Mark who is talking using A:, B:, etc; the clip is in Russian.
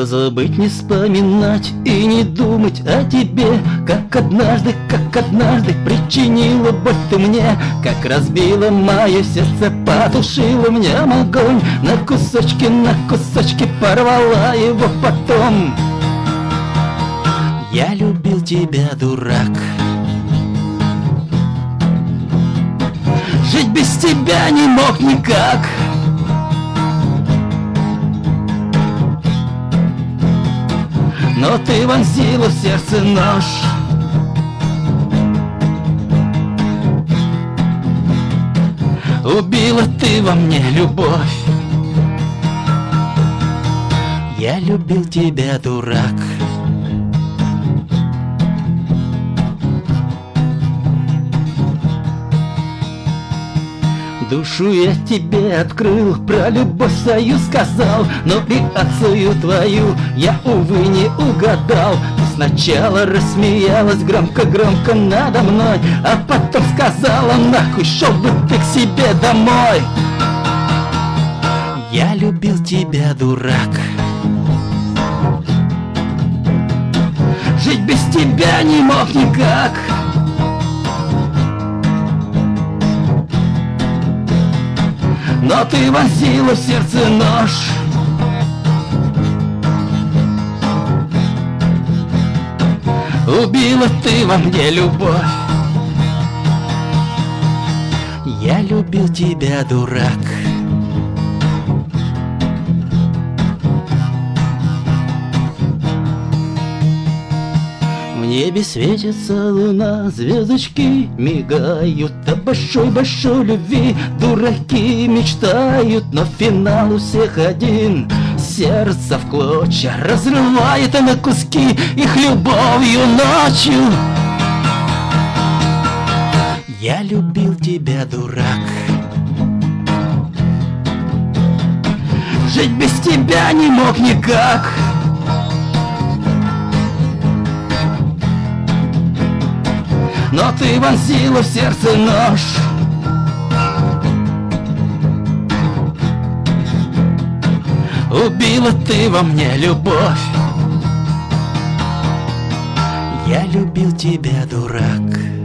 A: Забыть, не вспоминать и не думать о тебе, как однажды причинила боль ты мне, как разбила мое сердце, потушила в нем огонь, на кусочки порвала его потом. Я любил тебя, дурак. Жить без тебя не мог никак. Но ты вонзила в сердце нож. Убила ты во мне любовь. Я любил тебя, дурак. Душу я тебе открыл, про любовь свою сказал, но реакцию твою я, увы, не угадал. Ты сначала рассмеялась громко надо мной, а потом сказала: нахуй, шел бы ты к себе домой. Я любил тебя, дурак. Жить без тебя не мог никак. Но ты вонзила в сердце нож. Убила ты во мне любовь. Я любил тебя, дурак. В небе светится луна, звездочки мигают. О большой любви дураки мечтают, но финал у всех один. Сердце в клочья разрывает на куски их любовью ночью. Я любил тебя, дурак. Жить без тебя не мог никак. Но ты вонзила в сердце нож. Убила ты во мне любовь. Я любил тебя, дурак.